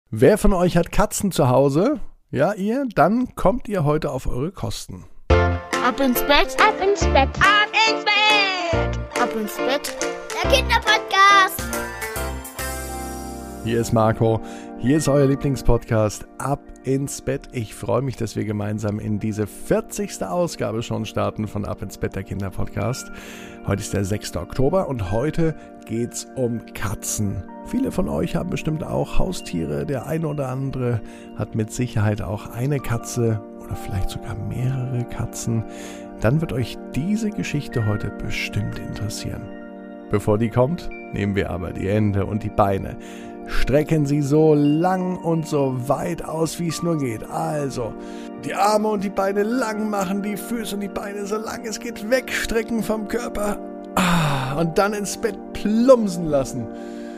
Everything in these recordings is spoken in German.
Wer von euch hat Katzen zu Hause? Ja, ihr? Dann kommt ihr heute auf eure Kosten. Ab ins Bett, ab ins Bett, ab ins Bett, ab ins Bett. Der Kinderpodcast. Hier ist Marco, hier ist euer Lieblingspodcast Ab ins Bett. Ich freue mich, dass wir gemeinsam in diese 40. Ausgabe schon starten von Ab ins Bett, der Kinderpodcast. Heute ist der 6. Oktober und heute geht's um Katzen. Viele von euch haben bestimmt auch Haustiere. Der eine oder andere hat mit Sicherheit auch eine Katze oder vielleicht sogar mehrere Katzen. Dann wird euch diese Geschichte heute bestimmt interessieren. Bevor die kommt, nehmen wir aber die Hände und die Beine. Strecken sie so lang und so weit aus, wie es nur geht. Also, die Arme und die Beine lang machen, die Füße und die Beine so lang es geht wegstrecken vom Körper. Und dann ins Bett plumpsen lassen.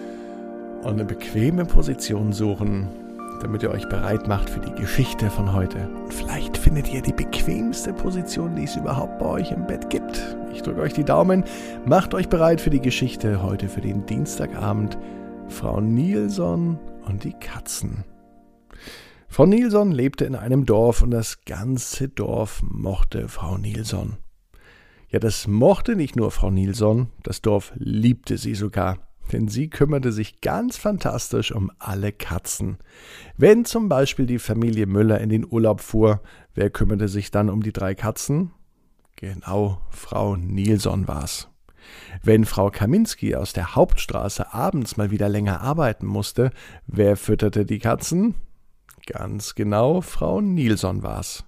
Und eine bequeme Position suchen, damit ihr euch bereit macht für die Geschichte von heute. Und vielleicht findet ihr die bequemste Position, die es überhaupt bei euch im Bett gibt. Ich drücke euch die Daumen. Macht euch bereit für die Geschichte heute, für den Dienstagabend. Frau Nilsson und die Katzen. Frau Nilsson lebte in einem Dorf und das ganze Dorf mochte Frau Nilsson. Ja, das mochte nicht nur Frau Nilsson, das Dorf liebte sie sogar, denn sie kümmerte sich ganz fantastisch um alle Katzen. Wenn zum Beispiel die Familie Müller in den Urlaub fuhr, wer kümmerte sich dann um die 3 Katzen? Genau, Frau Nilsson war's. Wenn Frau Kaminski aus der Hauptstraße abends mal wieder länger arbeiten musste, wer fütterte die Katzen? Ganz genau, Frau Nilsson war's.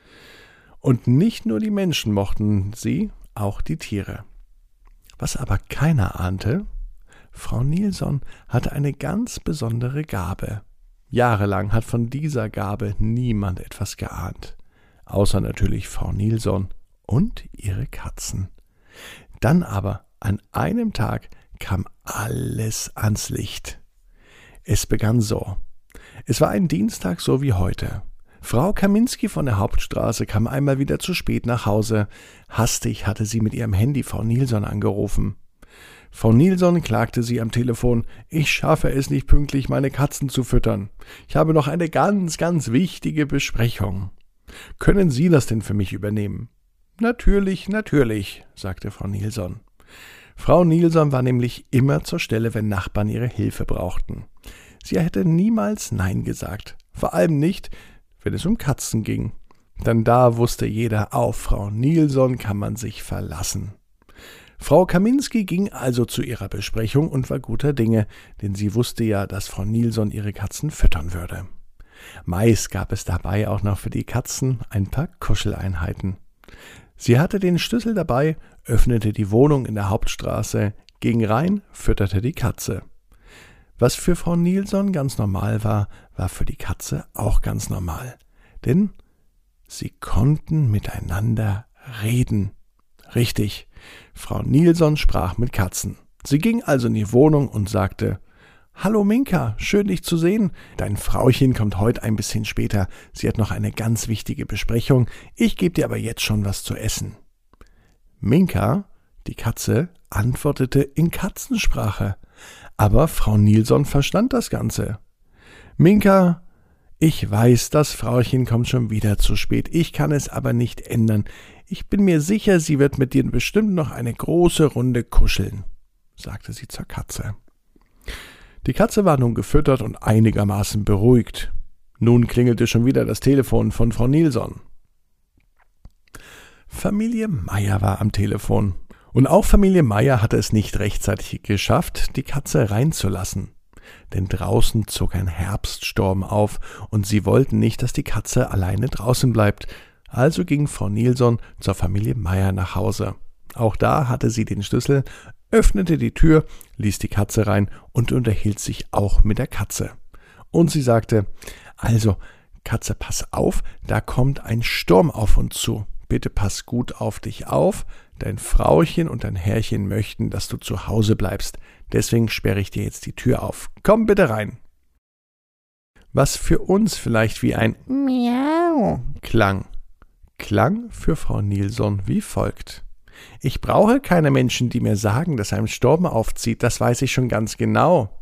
Und nicht nur die Menschen mochten sie, auch die Tiere. Was aber keiner ahnte, Frau Nilsson hatte eine ganz besondere Gabe. Jahrelang hat von dieser Gabe niemand etwas geahnt, außer natürlich Frau Nilsson und ihre Katzen. Dann aber an einem Tag kam alles ans Licht. Es begann so. Es war ein Dienstag so wie heute. Frau Kaminski von der Hauptstraße kam einmal wieder zu spät nach Hause. Hastig hatte sie mit ihrem Handy Frau Nilsson angerufen. Frau Nilsson klagte sie am Telefon: Ich schaffe es nicht pünktlich, meine Katzen zu füttern. Ich habe noch eine ganz, ganz wichtige Besprechung. Können Sie das denn für mich übernehmen? Natürlich, natürlich, sagte Frau Nilsson. Frau Nilsson war nämlich immer zur Stelle, wenn Nachbarn ihre Hilfe brauchten. Sie hätte niemals Nein gesagt, vor allem nicht, wenn es um Katzen ging. Denn da wusste jeder, auf Frau Nilsson kann man sich verlassen. Frau Kaminski ging also zu ihrer Besprechung und war guter Dinge, denn sie wusste ja, dass Frau Nilsson ihre Katzen füttern würde. Meist gab es dabei auch noch für die Katzen ein paar Kuscheleinheiten. Sie hatte den Schlüssel dabei, öffnete die Wohnung in der Hauptstraße, ging rein, fütterte die Katze. Was für Frau Nilsson ganz normal war, war für die Katze auch ganz normal. Denn sie konnten miteinander reden. Richtig, Frau Nilsson sprach mit Katzen. Sie ging also in die Wohnung und sagte: »Hallo Minka, schön dich zu sehen. Dein Frauchen kommt heute ein bisschen später. Sie hat noch eine ganz wichtige Besprechung. Ich gebe dir aber jetzt schon was zu essen.« Minka, die Katze, antwortete in Katzensprache. Aber Frau Nilsson verstand das Ganze. »Minka, ich weiß, das Frauchen kommt schon wieder zu spät. Ich kann es aber nicht ändern. Ich bin mir sicher, sie wird mit dir bestimmt noch eine große Runde kuscheln«, sagte sie zur Katze. Die Katze war nun gefüttert und einigermaßen beruhigt. Nun klingelte schon wieder das Telefon von Frau Nilsson. Familie Meier war am Telefon. Und auch Familie Meier hatte es nicht rechtzeitig geschafft, die Katze reinzulassen. Denn draußen zog ein Herbststurm auf und sie wollten nicht, dass die Katze alleine draußen bleibt. Also ging Frau Nilsson zur Familie Meier nach Hause. Auch da hatte sie den Schlüssel, öffnete die Tür, ließ die Katze rein und unterhielt sich auch mit der Katze. Und sie sagte: »Also, Katze, pass auf, da kommt ein Sturm auf uns zu. Bitte pass gut auf dich auf. Dein Frauchen und dein Herrchen möchten, dass du zu Hause bleibst. Deswegen sperre ich dir jetzt die Tür auf. Komm bitte rein.« Was für uns vielleicht wie ein Miau klang für Frau Nilsson wie folgt: »Ich brauche keine Menschen, die mir sagen, dass ein Sturm aufzieht, das weiß ich schon ganz genau.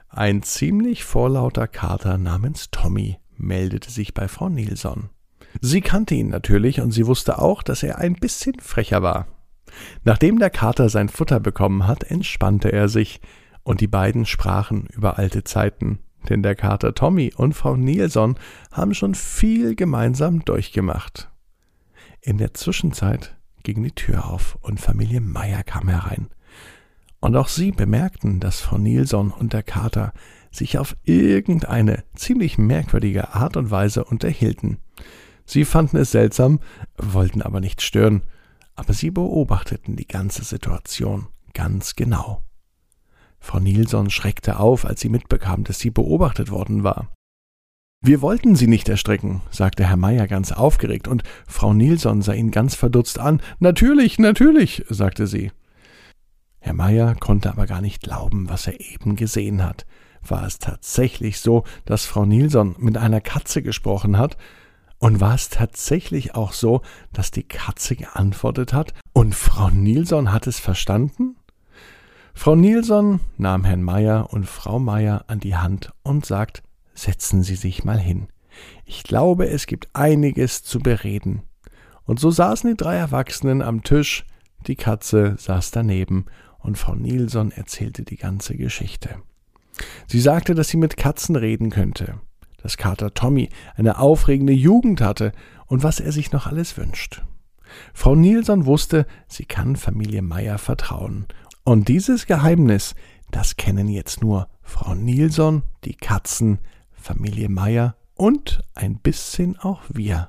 Ein ziemlich vorlauter Kater namens Tommy meldete sich bei Frau Nilsson. Sie kannte ihn natürlich und sie wusste auch, dass er ein bisschen frecher war. Nachdem der Kater sein Futter bekommen hat, entspannte er sich und die beiden sprachen über alte Zeiten, denn der Kater Tommy und Frau Nilsson haben schon viel gemeinsam durchgemacht. In der Zwischenzeit ging die Tür auf und Familie Meier kam herein. Und auch sie bemerkten, dass Frau Nilsson und der Kater sich auf irgendeine ziemlich merkwürdige Art und Weise unterhielten. Sie fanden es seltsam, wollten aber nicht stören, aber sie beobachteten die ganze Situation ganz genau. Frau Nilsson schreckte auf, als sie mitbekam, dass sie beobachtet worden war. »Wir wollten Sie nicht erschrecken«, sagte Herr Meier ganz aufgeregt, und Frau Nilsson sah ihn ganz verdutzt an. »Natürlich, natürlich«, sagte sie. Herr Meier konnte aber gar nicht glauben, was er eben gesehen hat. War es tatsächlich so, dass Frau Nilsson mit einer Katze gesprochen hat? Und war es tatsächlich auch so, dass die Katze geantwortet hat und Frau Nilsson hat es verstanden? Frau Nilsson nahm Herrn Meier und Frau Meier an die Hand und sagt: »Setzen Sie sich mal hin. Ich glaube, es gibt einiges zu bereden.« Und so saßen die 3 Erwachsenen am Tisch, die Katze saß daneben und Frau Nilsson erzählte die ganze Geschichte. Sie sagte, dass sie mit Katzen reden könnte, dass Kater Tommy eine aufregende Jugend hatte und was er sich noch alles wünscht. Frau Nilsson wusste, sie kann Familie Meier vertrauen. Und dieses Geheimnis, das kennen jetzt nur Frau Nilsson, die Katzen, Familie Meier und ein bisschen auch wir.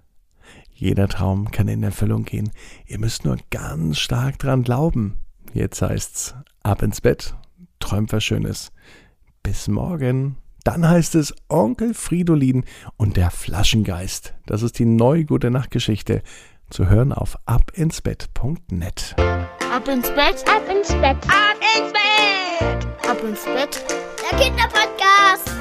Jeder Traum kann in Erfüllung gehen. Ihr müsst nur ganz stark dran glauben. Jetzt heißt's, ab ins Bett, träumt was Schönes. Bis morgen. Dann heißt es Onkel Fridolin und der Flaschengeist. Das ist die neue Gute-Nacht-Geschichte. Zu hören auf abinsbett.net. Ab ins Bett, Ab ins Bett. ab ins Bett, ab ins Bett. Der Kinderpodcast.